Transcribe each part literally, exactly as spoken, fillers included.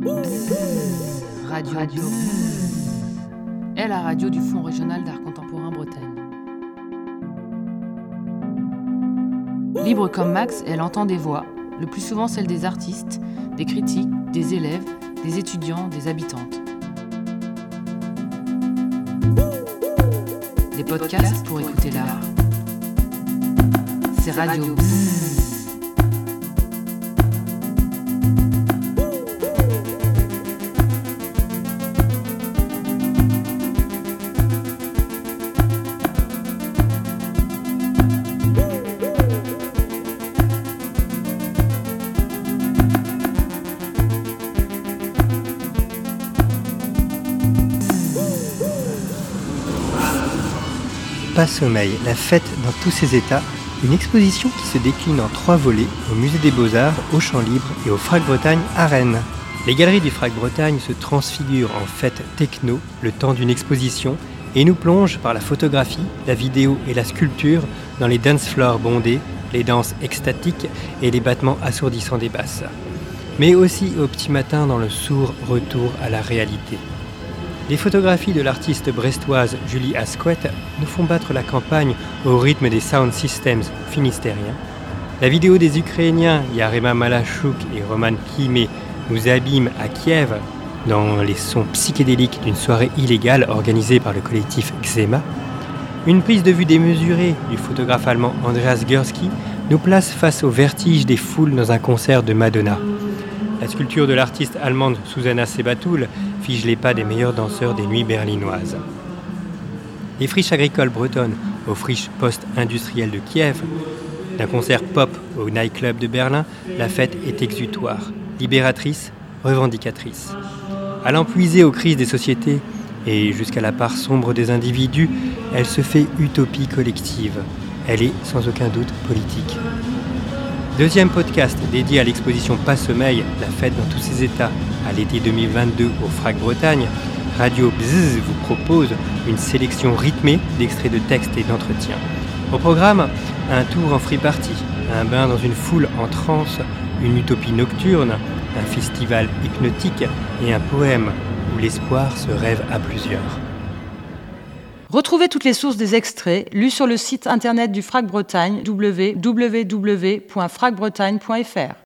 Radio, radio. est la radio du Fonds régional d'art contemporain Bretagne. Libre comme Max, elle entend des voix, le plus souvent celles des artistes, des critiques, des élèves, des étudiants, des habitantes. Des podcasts pour écouter l'art. C'est Radio. Pas sommeil, la fête dans tous ses états, une exposition qui se décline en trois volets au Musée des Beaux-Arts, au Champ Libre et au Frac Bretagne à Rennes. Les galeries du Frac Bretagne se transfigurent en fête techno le temps d'une exposition et nous plongent par la photographie, la vidéo et la sculpture dans les dance floors bondés, les danses extatiques et les battements assourdissants des basses. Mais aussi au petit matin dans le sourd retour à la réalité. Les photographies de l'artiste brestoise Julie Asquette nous font battre la campagne au rythme des sound systems finistériens. La vidéo des Ukrainiens Yarema Malachuk et Roman Kimé nous abîme à Kiev dans les sons psychédéliques d'une soirée illégale organisée par le collectif Xema. Une prise de vue démesurée du photographe allemand Andreas Gursky nous place face au vertige des foules dans un concert de Madonna. La sculpture de l'artiste allemande Susanna Sebatoul fige les pas des meilleurs danseurs des nuits berlinoises. Les friches agricoles bretonnes aux friches post-industrielles de Kiev, d'un concert pop au nightclub de Berlin, la fête est exutoire, libératrice, revendicatrice. Allant puiser aux crises des sociétés et jusqu'à la part sombre des individus, elle se fait utopie collective. Elle est sans aucun doute politique. Deuxième podcast dédié à l'exposition Pas sommeil, la fête dans tous ses états, à l'été deux mille vingt-deux au Frac Bretagne, Radio Bzzz vous propose une sélection rythmée d'extraits de textes et d'entretiens. Au programme, un tour en free party, un bain dans une foule en transe, une utopie nocturne, un festival hypnotique et un poème où l'espoir se rêve à plusieurs. Retrouvez toutes les sources des extraits lus sur le site internet du Frac Bretagne, w w w point frac bretagne point f r.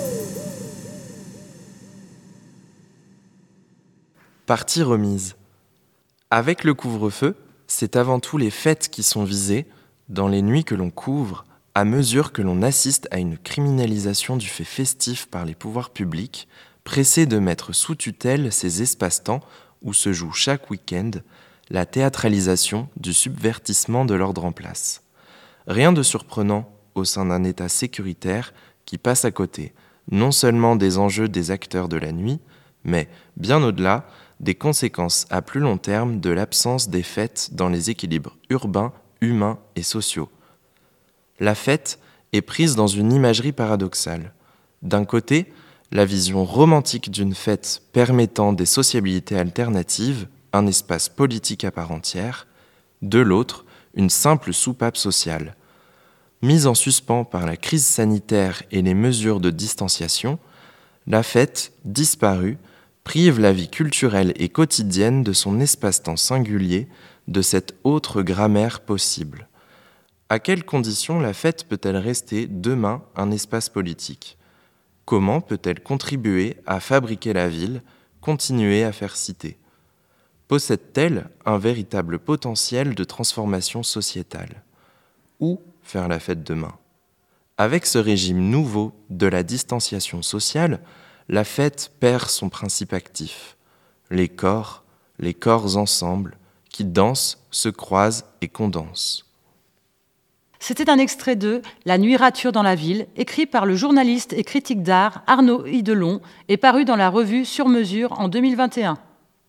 Partie remise. Avec le couvre-feu, c'est avant tout les fêtes qui sont visées, dans les nuits que l'on couvre, à mesure que l'on assiste à une criminalisation du fait festif par les pouvoirs publics, pressés de mettre sous tutelle ces espaces-temps où se joue chaque week-end la théâtralisation du subvertissement de l'ordre en place. Rien de surprenant au sein d'un État sécuritaire qui passe à côté, non seulement des enjeux des acteurs de la nuit, mais, bien au-delà, des conséquences à plus long terme de l'absence des fêtes dans les équilibres urbains, humains et sociaux. La fête est prise dans une imagerie paradoxale. D'un côté, la vision romantique d'une fête permettant des sociabilités alternatives, un espace politique à part entière, de l'autre, une simple soupape sociale. Mise en suspens par la crise sanitaire et les mesures de distanciation, la fête, disparue, prive la vie culturelle et quotidienne de son espace-temps singulier, de cette autre grammaire possible. À quelles conditions la fête peut-elle rester demain un espace politique ? Comment peut-elle contribuer à fabriquer la ville, continuer à faire cité ? Possède-t-elle un véritable potentiel de transformation sociétale ? Où faire la fête demain ? Avec ce régime nouveau de la distanciation sociale, la fête perd son principe actif. Les corps, les corps ensemble, qui dansent, se croisent et condensent. C'était un extrait de La nuit rature dans la ville, écrit par le journaliste et critique d'art Arnaud Hidelon et paru dans la revue Sur Mesure en deux mille vingt et un.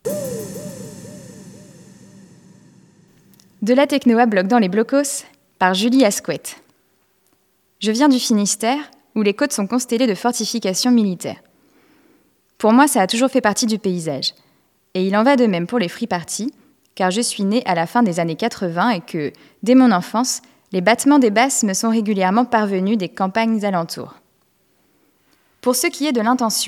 De la techno à bloc dans les blocos, par Julie Asquette. Je viens du Finistère, où les côtes sont constellées de fortifications militaires. Pour moi, ça a toujours fait partie du paysage. Et il en va de même pour les free parties, car je suis née à la fin des années quatre-vingts et que, dès mon enfance, les battements des basses me sont régulièrement parvenus des campagnes alentours. Pour ce qui est de l'intention,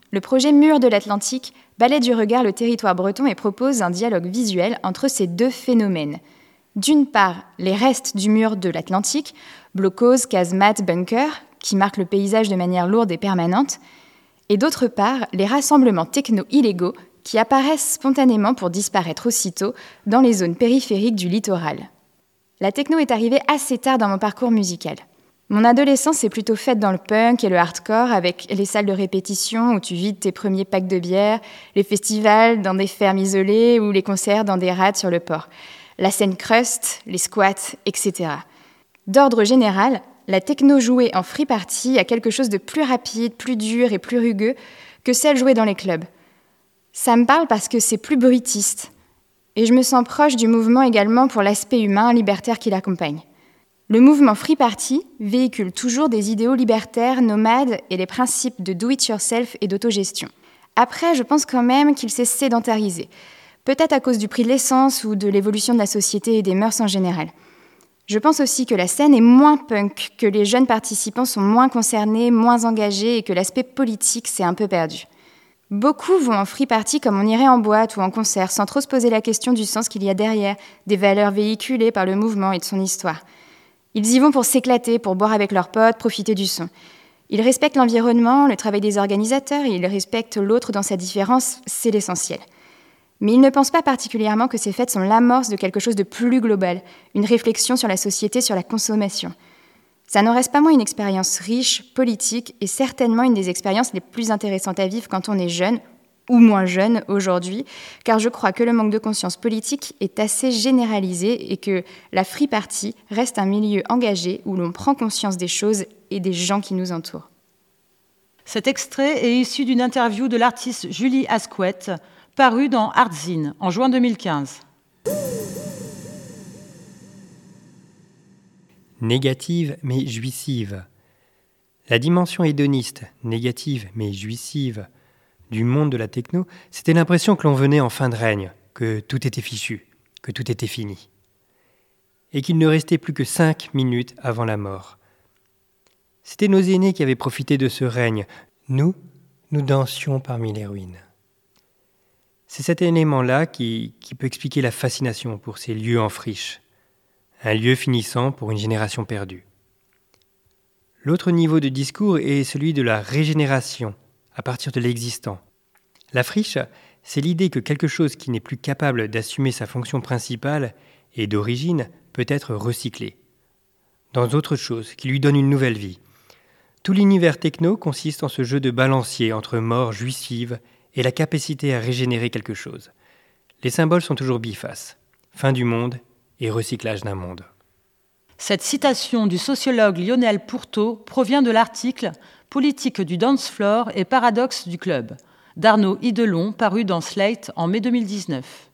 Le projet Murs de l'Atlantique balaie du regard le territoire breton et propose un dialogue visuel entre ces deux phénomènes. D'une part, les restes du mur de l'Atlantique, blocos, casemates, bunkers, qui marquent le paysage de manière lourde et permanente, et d'autre part, les rassemblements techno illégaux qui apparaissent spontanément pour disparaître aussitôt dans les zones périphériques du littoral. La techno est arrivée assez tard dans mon parcours musical. Mon adolescence s'est plutôt faite dans le punk et le hardcore, avec les salles de répétition où tu vides tes premiers packs de bière, les festivals dans des fermes isolées ou les concerts dans des rades sur le port, la scène crust, les squats, et cetera. D'ordre général, la techno jouée en free party a quelque chose de plus rapide, plus dur et plus rugueux que celle jouée dans les clubs. Ça me parle parce que c'est plus bruitiste. Et je me sens proche du mouvement également pour l'aspect humain, libertaire qui l'accompagne. Le mouvement Free Party véhicule toujours des idéaux libertaires, nomades et les principes de do-it-yourself et d'autogestion. Après, je pense quand même qu'il s'est sédentarisé. Peut-être à cause du prix de l'essence ou de l'évolution de la société et des mœurs en général. Je pense aussi que la scène est moins punk, que les jeunes participants sont moins concernés, moins engagés et que l'aspect politique s'est un peu perdu. Beaucoup vont en free party comme on irait en boîte ou en concert, sans trop se poser la question du sens qu'il y a derrière, des valeurs véhiculées par le mouvement et de son histoire. Ils y vont pour s'éclater, pour boire avec leurs potes, profiter du son. Ils respectent l'environnement, le travail des organisateurs, et ils respectent l'autre dans sa différence, c'est l'essentiel. Mais ils ne pensent pas particulièrement que ces fêtes sont l'amorce de quelque chose de plus global, une réflexion sur la société, sur la consommation. Ça n'en reste pas moins une expérience riche, politique, et certainement une des expériences les plus intéressantes à vivre quand on est jeune, ou moins jeune aujourd'hui, car je crois que le manque de conscience politique est assez généralisé et que la free party reste un milieu engagé où l'on prend conscience des choses et des gens qui nous entourent. Cet extrait est issu d'une interview de l'artiste Julie Asquette, parue dans Artzine en juin deux mille quinze. Négative mais jouissive. La dimension hédoniste, négative mais jouissive, du monde de la techno, c'était l'impression que l'on venait en fin de règne, que tout était fichu, que tout était fini. Et qu'il ne restait plus que cinq minutes avant la mort. C'était nos aînés qui avaient profité de ce règne. Nous, nous dansions parmi les ruines. C'est cet élément-là qui, qui peut expliquer la fascination pour ces lieux en friche. Un lieu finissant pour une génération perdue. L'autre niveau de discours est celui de la régénération, à partir de l'existant. La friche, c'est l'idée que quelque chose qui n'est plus capable d'assumer sa fonction principale et d'origine peut être recyclé dans autre chose qui lui donne une nouvelle vie. Tout l'univers techno consiste en ce jeu de balancier entre mort jouissive et la capacité à régénérer quelque chose. Les symboles sont toujours bifaces. Fin du monde et recyclage d'un monde. Cette citation du sociologue Lionel Pourteau provient de l'article « Politique du dance floor et paradoxe du club » d'Arnaud Hidelon, paru dans Slate en mai deux mille dix-neuf.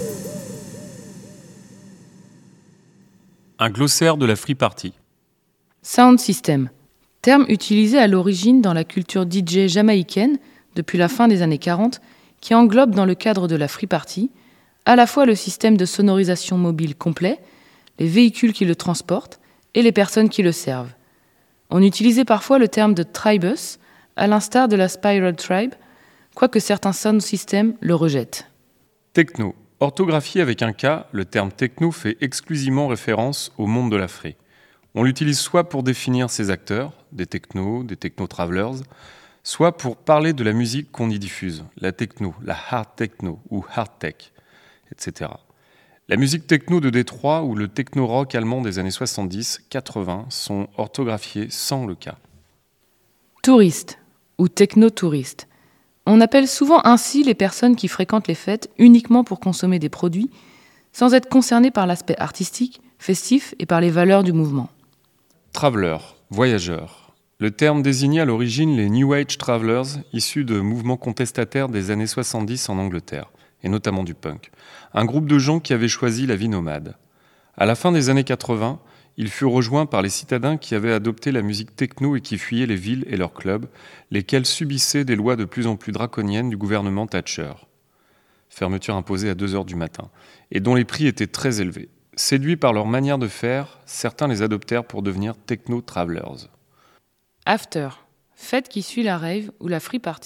Un glossaire de la free party. Sound system, terme utilisé à l'origine dans la culture D J jamaïcaine depuis la fin des années quarante, qui englobe dans le cadre de la free party à la fois le système de sonorisation mobile complet, les véhicules qui le transportent et les personnes qui le servent. On utilisait parfois le terme de tribus, à l'instar de la Spiral Tribe, quoique certains sound systems le rejettent. Techno. Orthographié avec un K, le terme techno fait exclusivement référence au monde de la free. On l'utilise soit pour définir ses acteurs, des technos, des techno-travelers, soit pour parler de la musique qu'on y diffuse, la techno, la hard techno ou hard tech, et cetera. La musique techno de Détroit ou le techno-rock allemand des années soixante-dix quatre-vingts sont orthographiés sans le K. Touriste ou techno-touriste. On appelle souvent ainsi les personnes qui fréquentent les fêtes uniquement pour consommer des produits, sans être concernées par l'aspect artistique, festif et par les valeurs du mouvement. Traveler, voyageur. Le terme désignait à l'origine les New Age Travelers issus de mouvements contestataires des années soixante-dix en Angleterre, et notamment du punk. Un groupe de gens qui avaient choisi la vie nomade. À la fin des années quatre-vingts, ils furent rejoints par les citadins qui avaient adopté la musique techno et qui fuyaient les villes et leurs clubs, lesquels subissaient des lois de plus en plus draconiennes du gouvernement Thatcher. Fermeture imposée à deux heures du matin, et dont les prix étaient très élevés. Séduits par leur manière de faire, certains les adoptèrent pour devenir techno-travelers. After, fête qui suit la rave ou la free party,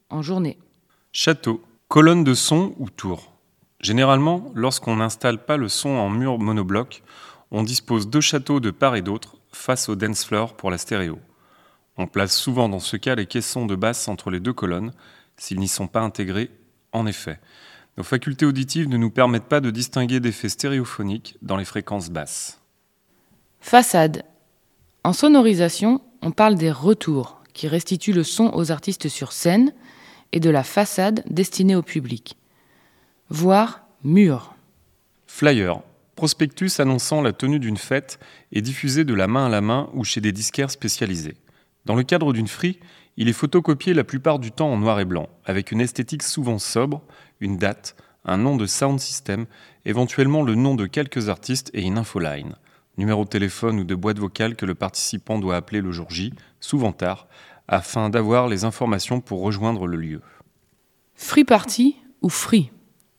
en journée. Château, colonne de son ou tour. Généralement, lorsqu'on n'installe pas le son en mur monobloc, on dispose deux châteaux de part et d'autre face au dance floor pour la stéréo. On place souvent dans ce cas les caissons de basse entre les deux colonnes, s'ils n'y sont pas intégrés, en effet. Nos facultés auditives ne nous permettent pas de distinguer d'effets stéréophoniques dans les fréquences basses. Façade. En sonorisation, on parle des retours, qui restituent le son aux artistes sur scène, et de la façade destinée au public. Voire mur. Flyer. Prospectus annonçant la tenue d'une fête et diffusé de la main à la main ou chez des disquaires spécialisés. Dans le cadre d'une free, il est photocopié la plupart du temps en noir et blanc, avec une esthétique souvent sobre, une date, un nom de sound system, éventuellement le nom de quelques artistes et une infoline, numéro de téléphone ou de boîte vocale que le participant doit appeler le jour J, souvent tard, afin d'avoir les informations pour rejoindre le lieu. Free party ou free.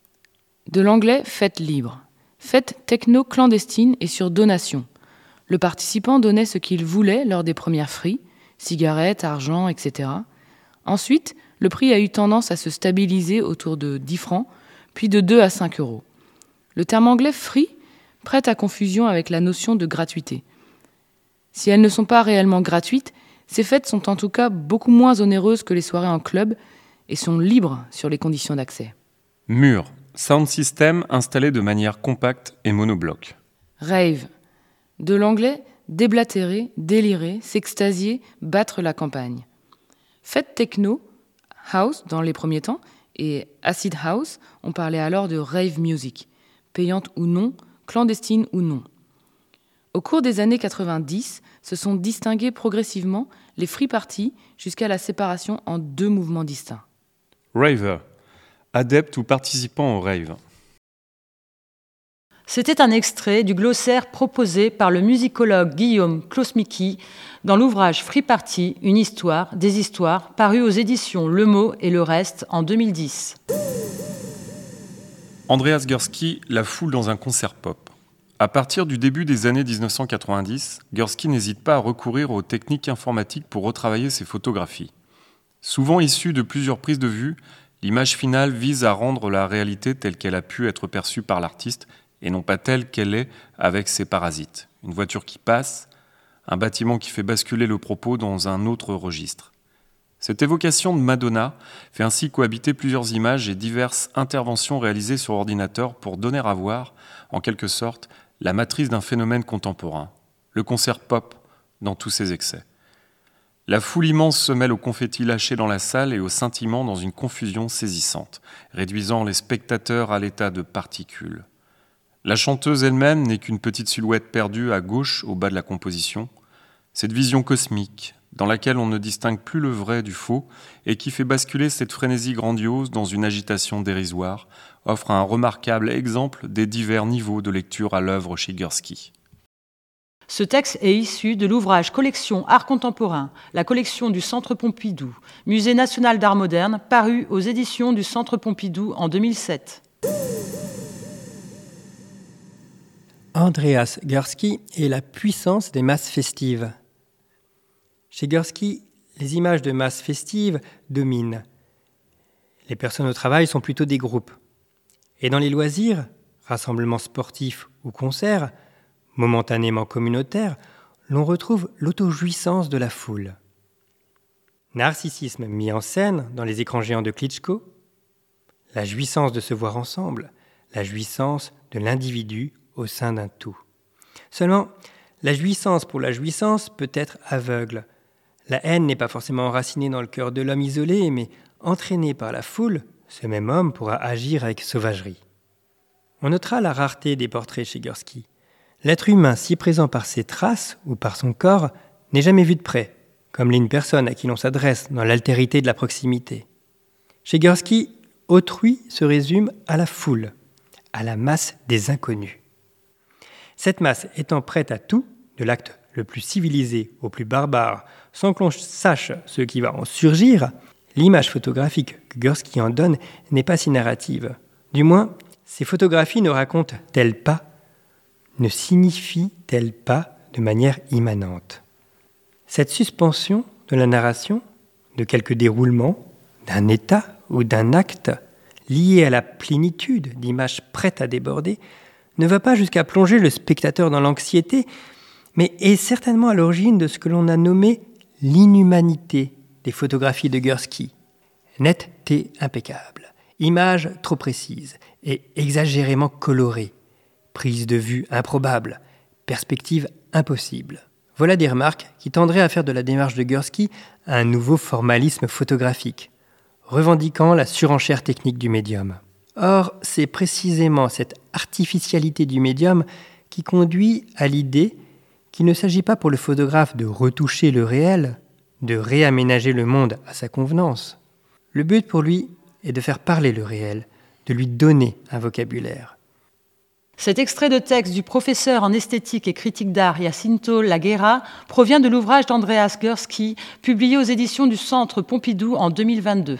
De l'anglais fête libre. Fête techno clandestine et sur donation. Le participant donnait ce qu'il voulait lors des premières free, cigarettes, argent, et cetera. Ensuite, le prix a eu tendance à se stabiliser autour de dix francs, puis de deux à cinq euros. Le terme anglais free prête à confusion avec la notion de gratuité. Si elles ne sont pas réellement gratuites, ces fêtes sont en tout cas beaucoup moins onéreuses que les soirées en club et sont libres sur les conditions d'accès. Mur. Sound system installé de manière compacte et monobloc. Rave. De l'anglais déblatérer, délirer, s'extasier, battre la campagne. Fête techno, house dans les premiers temps, et acid house, on parlait alors de rave music, payante ou non, clandestine ou non. Au cours des années quatre-vingt-dix, se sont distingués progressivement les free parties jusqu'à la séparation en deux mouvements distincts. Raver. Adepte ou participant au rave. C'était un extrait du glossaire proposé par le musicologue Guillaume Klausmicki dans l'ouvrage Free Party, une histoire, des histoires, paru aux éditions Le Mot et le Reste en deux mille dix. Andreas Gursky, la foule dans un concert pop. À partir du début des années dix-neuf cent quatre-vingt-dix, Gursky n'hésite pas à recourir aux techniques informatiques pour retravailler ses photographies. Souvent issues de plusieurs prises de vue, l'image finale vise à rendre la réalité telle qu'elle a pu être perçue par l'artiste et non pas telle qu'elle est avec ses parasites. Une voiture qui passe, un bâtiment qui fait basculer le propos dans un autre registre. Cette évocation de Madonna fait ainsi cohabiter plusieurs images et diverses interventions réalisées sur ordinateur pour donner à voir, en quelque sorte, la matrice d'un phénomène contemporain, le concert pop dans tous ses excès. La foule immense se mêle aux confettis lâchés dans la salle et aux scintillements dans une confusion saisissante, réduisant les spectateurs à l'état de particules. La chanteuse elle-même n'est qu'une petite silhouette perdue à gauche au bas de la composition. Cette vision cosmique, dans laquelle on ne distingue plus le vrai du faux et qui fait basculer cette frénésie grandiose dans une agitation dérisoire, offre un remarquable exemple des divers niveaux de lecture à l'œuvre chez Gursky. Ce texte est issu de l'ouvrage Collection Art Contemporain, la collection du Centre Pompidou, Musée national d'art moderne, paru aux éditions du Centre Pompidou en deux mille sept. Andreas Gursky et la puissance des masses festives. Chez Gursky, les images de masses festives dominent. Les personnes au travail sont plutôt des groupes. Et dans les loisirs, rassemblements sportifs ou concerts, momentanément communautaires, l'on retrouve l'autojouissance de la foule. Narcissisme mis en scène dans les écrans géants de Klitschko, la jouissance de se voir ensemble, la jouissance de l'individu au sein d'un tout. Seulement, la jouissance pour la jouissance peut être aveugle. La haine n'est pas forcément enracinée dans le cœur de l'homme isolé, mais entraîné par la foule, ce même homme pourra agir avec sauvagerie. On notera la rareté des portraits chez Gursky. L'être humain si présent par ses traces ou par son corps n'est jamais vu de près, comme l'est une personne à qui l'on s'adresse dans l'altérité de la proximité. Chez Gursky, autrui se résume à la foule, à la masse des inconnus. Cette masse étant prête à tout, de l'acte le plus civilisé au plus barbare, sans que l'on sache ce qui va en surgir, l'image photographique que Gursky en donne n'est pas si narrative. Du moins, ces photographies ne racontent-elles pas, ne signifient-elles pas de manière immanente. Cette suspension de la narration, de quelques déroulements, d'un état ou d'un acte lié à la plénitude d'images prêtes à déborder ne va pas jusqu'à plonger le spectateur dans l'anxiété, mais est certainement à l'origine de ce que l'on a nommé l'inhumanité des photographies de Gursky. Netteté impeccable, images trop précises et exagérément colorées, prise de vue improbable, perspective impossible. Voilà des remarques qui tendraient à faire de la démarche de Gursky un nouveau formalisme photographique, revendiquant la surenchère technique du médium. Or, c'est précisément cette artificialité du médium qui conduit à l'idée qu'il ne s'agit pas pour le photographe de retoucher le réel, de réaménager le monde à sa convenance. Le but pour lui est de faire parler le réel, de lui donner un vocabulaire. Cet extrait de texte du professeur en esthétique et critique d'art Jacinto Laguerra provient de l'ouvrage d'Andreas Gursky, publié aux éditions du Centre Pompidou en deux mille vingt-deux.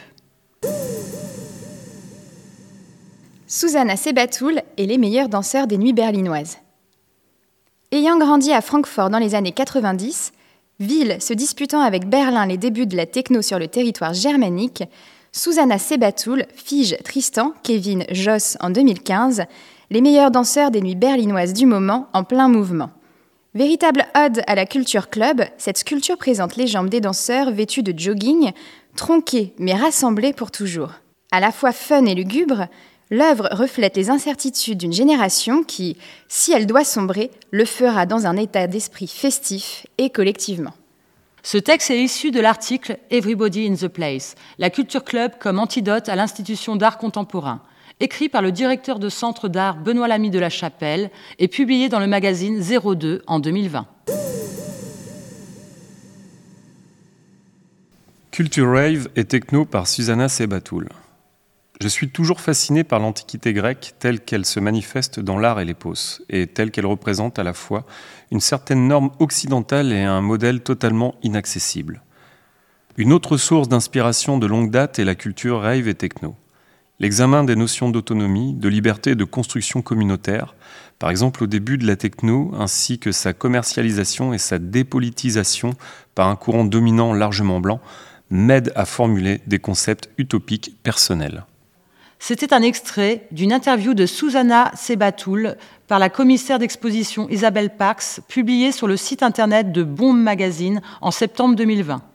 Susanna Sebatoul et les meilleurs danseurs des nuits berlinoises. Ayant grandi à Francfort dans les années quatre-vingt-dix, ville se disputant avec Berlin les débuts de la techno sur le territoire germanique, Susanna Sebatoul fige Tristan, Kevin, Joss en deux mille quinze, les meilleurs danseurs des nuits berlinoises du moment en plein mouvement. Véritable ode à la culture club, cette sculpture présente les jambes des danseurs vêtus de jogging, tronqués mais rassemblés pour toujours. À la fois fun et lugubre, l'œuvre reflète les incertitudes d'une génération qui, si elle doit sombrer, le fera dans un état d'esprit festif et collectivement. Ce texte est issu de l'article « Everybody in the Place », la culture club comme antidote à l'institution d'art contemporain, écrit par le directeur de centre d'art Benoît Lamy de la Chapelle et publié dans le magazine zéro deux en deux mille vingt. Culture rave et techno par Susanna Sebatoul. Je suis toujours fasciné par l'Antiquité grecque telle qu'elle se manifeste dans l'art et l'épos, et telle qu'elle représente à la fois une certaine norme occidentale et un modèle totalement inaccessible. Une autre source d'inspiration de longue date est la culture rave et techno. L'examen des notions d'autonomie, de liberté et de construction communautaire, par exemple au début de la techno, ainsi que sa commercialisation et sa dépolitisation par un courant dominant largement blanc, m'aident à formuler des concepts utopiques personnels. C'était un extrait d'une interview de Susanna Sebatoul par la commissaire d'exposition Isabelle Pax, publiée sur le site internet de Bombe Magazine en septembre deux mille vingt.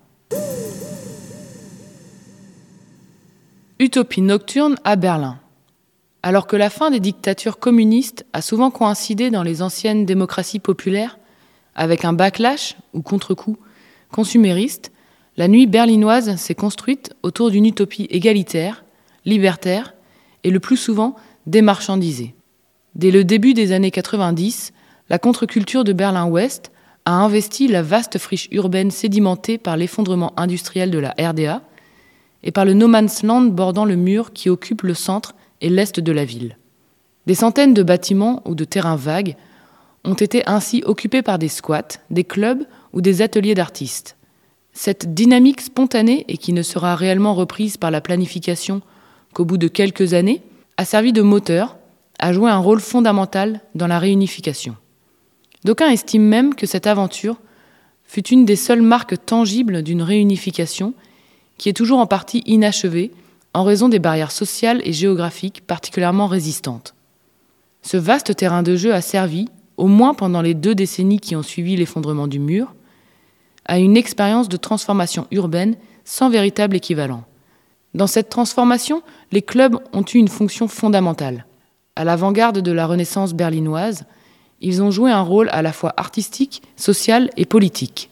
Utopie nocturne à Berlin. Alors que la fin des dictatures communistes a souvent coïncidé dans les anciennes démocraties populaires, avec un backlash ou contre-coup consumériste, la nuit berlinoise s'est construite autour d'une utopie égalitaire, libertaire et le plus souvent démarchandisée. Dès le début des années quatre-vingt-dix, la contre-culture de Berlin-Ouest a investi la vaste friche urbaine sédimentée par l'effondrement industriel de la R D A et par le no man's land bordant le mur qui occupe le centre et l'est de la ville. Des centaines de bâtiments ou de terrains vagues ont été ainsi occupés par des squats, des clubs ou des ateliers d'artistes. Cette dynamique spontanée et qui ne sera réellement reprise par la planification qu'au bout de quelques années, a servi de moteur, a joué un rôle fondamental dans la réunification. D'aucuns estiment même que cette aventure fut une des seules marques tangibles d'une réunification qui est toujours en partie inachevée en raison des barrières sociales et géographiques particulièrement résistantes. Ce vaste terrain de jeu a servi, au moins pendant les deux décennies qui ont suivi l'effondrement du mur, à une expérience de transformation urbaine sans véritable équivalent. Dans cette transformation, les clubs ont eu une fonction fondamentale. À l'avant-garde de la Renaissance berlinoise, ils ont joué un rôle à la fois artistique, social et politique.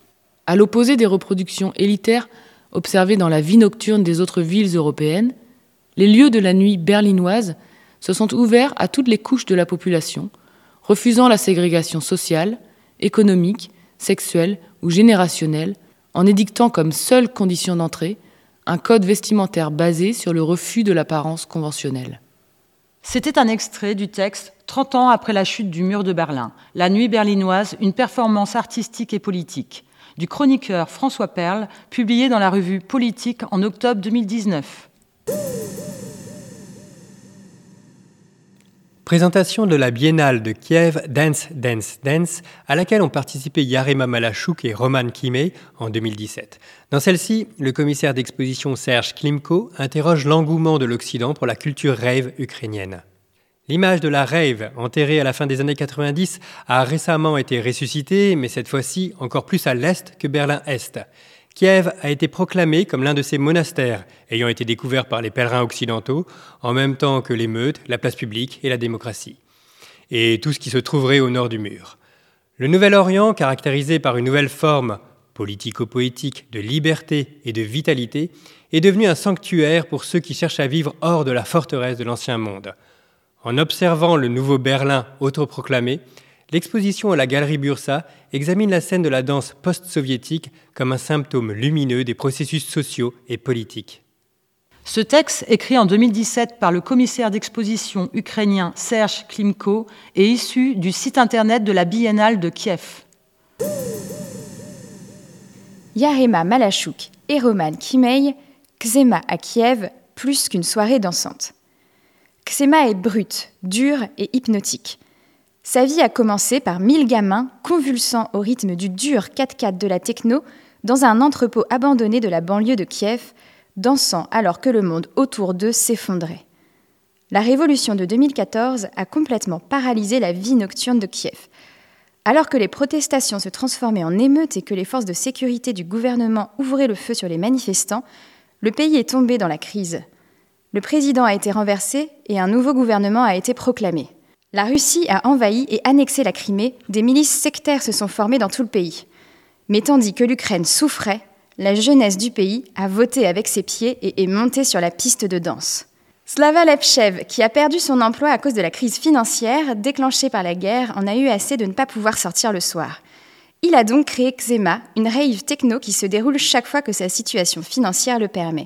À l'opposé des reproductions élitaires observées dans la vie nocturne des autres villes européennes, les lieux de la nuit berlinoise se sont ouverts à toutes les couches de la population, refusant la ségrégation sociale, économique, sexuelle ou générationnelle, en édictant comme seule condition d'entrée un code vestimentaire basé sur le refus de l'apparence conventionnelle. C'était un extrait du texte « trente ans après la chute du mur de Berlin, la nuit berlinoise, une performance artistique et politique » du chroniqueur François Perle, publié dans la revue Politique en octobre deux mille dix-neuf. Présentation de la biennale de Kiev Dance Dance Dance, à laquelle ont participé Yarema Malachuk et Roman Kimei en deux mille dix-sept. Dans celle-ci, le commissaire d'exposition Serge Klimko interroge l'engouement de l'Occident pour la culture rave ukrainienne. L'image de la rave, enterrée à la fin des années quatre-vingt-dix, a récemment été ressuscitée, mais cette fois-ci encore plus à l'est que Berlin-Est. Kiev a été proclamé comme l'un de ces monastères, ayant été découvert par les pèlerins occidentaux, en même temps que les meutes, la place publique et la démocratie. Et tout ce qui se trouverait au nord du mur. Le Nouvel-Orient, caractérisé par une nouvelle forme politico-poétique de liberté et de vitalité, est devenu un sanctuaire pour ceux qui cherchent à vivre hors de la forteresse de l'ancien monde. En observant le nouveau Berlin autoproclamé, l'exposition à la Galerie Bursa examine la scène de la danse post-soviétique comme un symptôme lumineux des processus sociaux et politiques. Ce texte, écrit en deux mille dix-sept par le commissaire d'exposition ukrainien Serge Klimko, est issu du site internet de la Biennale de Kiev. Yarema Malachuk et Roman Kimei, Ksema à Kiev, plus qu'une soirée dansante. Ksema est brute, dure et hypnotique. Sa vie a commencé par mille gamins convulsant au rythme du dur quatre-quatre de la techno dans un entrepôt abandonné de la banlieue de Kiev, dansant alors que le monde autour d'eux s'effondrait. La révolution de deux mille quatorze a complètement paralysé la vie nocturne de Kiev. Alors que les protestations se transformaient en émeutes et que les forces de sécurité du gouvernement ouvraient le feu sur les manifestants, le pays est tombé dans la crise. Le président a été renversé et un nouveau gouvernement a été proclamé. La Russie a envahi et annexé la Crimée, des milices sectaires se sont formées dans tout le pays. Mais tandis que l'Ukraine souffrait, la jeunesse du pays a voté avec ses pieds et est montée sur la piste de danse. Slava Lepchev, qui a perdu son emploi à cause de la crise financière déclenchée par la guerre, en a eu assez de ne pas pouvoir sortir le soir. Il a donc créé Ksema, une rave techno qui se déroule chaque fois que sa situation financière le permet.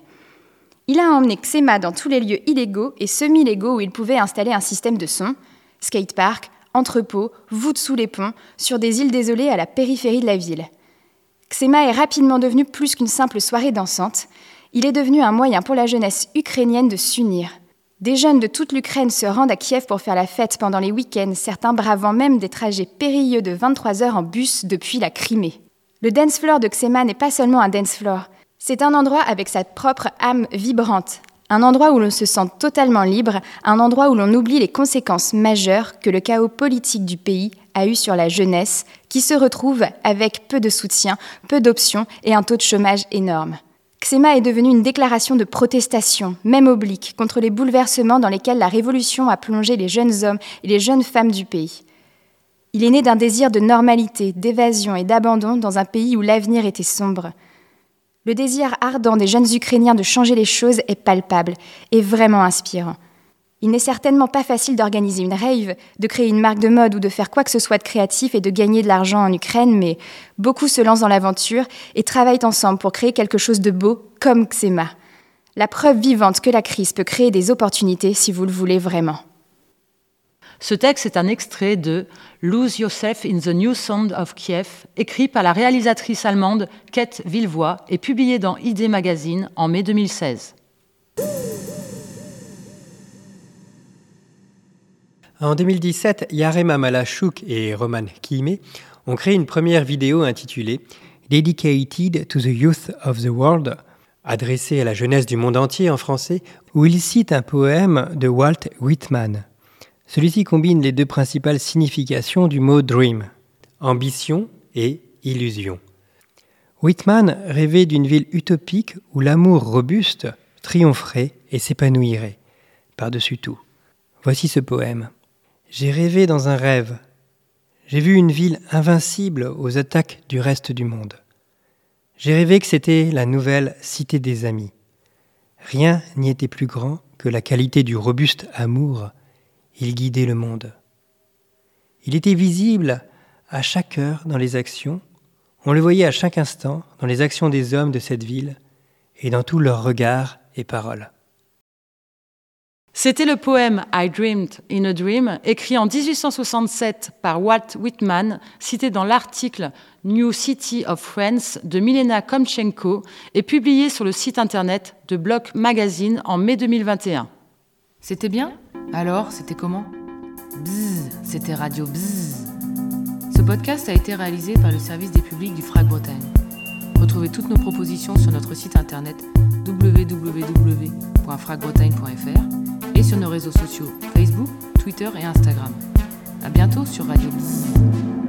Il a emmené Ksema dans tous les lieux illégaux et semi-légaux où il pouvait installer un système de son, skatepark, entrepôts, voûtes sous les ponts, sur des îles désolées à la périphérie de la ville. Ksema est rapidement devenu plus qu'une simple soirée dansante. Il est devenu un moyen pour la jeunesse ukrainienne de s'unir. Des jeunes de toute l'Ukraine se rendent à Kiev pour faire la fête pendant les week-ends, certains bravant même des trajets périlleux de vingt-trois heures en bus depuis la Crimée. Le dance floor de Ksema n'est pas seulement un dance floor, c'est un endroit avec sa propre âme vibrante. Un endroit où l'on se sent totalement libre, un endroit où l'on oublie les conséquences majeures que le chaos politique du pays a eu sur la jeunesse, qui se retrouve avec peu de soutien, peu d'options et un taux de chômage énorme. Ksema est devenu une déclaration de protestation, même oblique, contre les bouleversements dans lesquels la révolution a plongé les jeunes hommes et les jeunes femmes du pays. Il est né d'un désir de normalité, d'évasion et d'abandon dans un pays où l'avenir était sombre. Le désir ardent des jeunes Ukrainiens de changer les choses est palpable et vraiment inspirant. Il n'est certainement pas facile d'organiser une rave, de créer une marque de mode ou de faire quoi que ce soit de créatif et de gagner de l'argent en Ukraine, mais beaucoup se lancent dans l'aventure et travaillent ensemble pour créer quelque chose de beau, comme Ksema. La preuve vivante que la crise peut créer des opportunités si vous le voulez vraiment. Ce texte est un extrait de « Lose Yourself in the New Sound of Kiev », écrit par la réalisatrice allemande Kate Villevoye et publié dans I D Magazine en mai deux mille seize. En deux mille dix-sept, Yarema Malachuk et Roman Kimei ont créé une première vidéo intitulée « Dedicated to the Youth of the World », adressée à la jeunesse du monde entier en français, où ils citent un poème de Walt Whitman. Celui-ci combine les deux principales significations du mot « dream », ambition et illusion. Whitman rêvait d'une ville utopique où l'amour robuste triompherait et s'épanouirait, par-dessus tout. Voici ce poème. « J'ai rêvé dans un rêve. J'ai vu une ville invincible aux attaques du reste du monde. J'ai rêvé que c'était la nouvelle cité des amis. Rien n'y était plus grand que la qualité du robuste amour. Il guidait le monde. Il était visible à chaque heure dans les actions, on le voyait à chaque instant dans les actions des hommes de cette ville et dans tous leurs regards et paroles. » C'était le poème « I Dreamed in a Dream » écrit en dix-huit cent soixante-sept par Walt Whitman, cité dans l'article « New City of Friends » de Milena Komchenko et publié sur le site internet de Block Magazine en mai deux mille vingt et un. C'était bien ? Alors, c'était comment ? Bzzz, c'était Radio Bzzz. Ce podcast a été réalisé par le service des publics du F R A C Bretagne. Retrouvez toutes nos propositions sur notre site internet w w w point frac bretagne point f r et sur nos réseaux sociaux Facebook, Twitter et Instagram. À bientôt sur Radio Bzzz.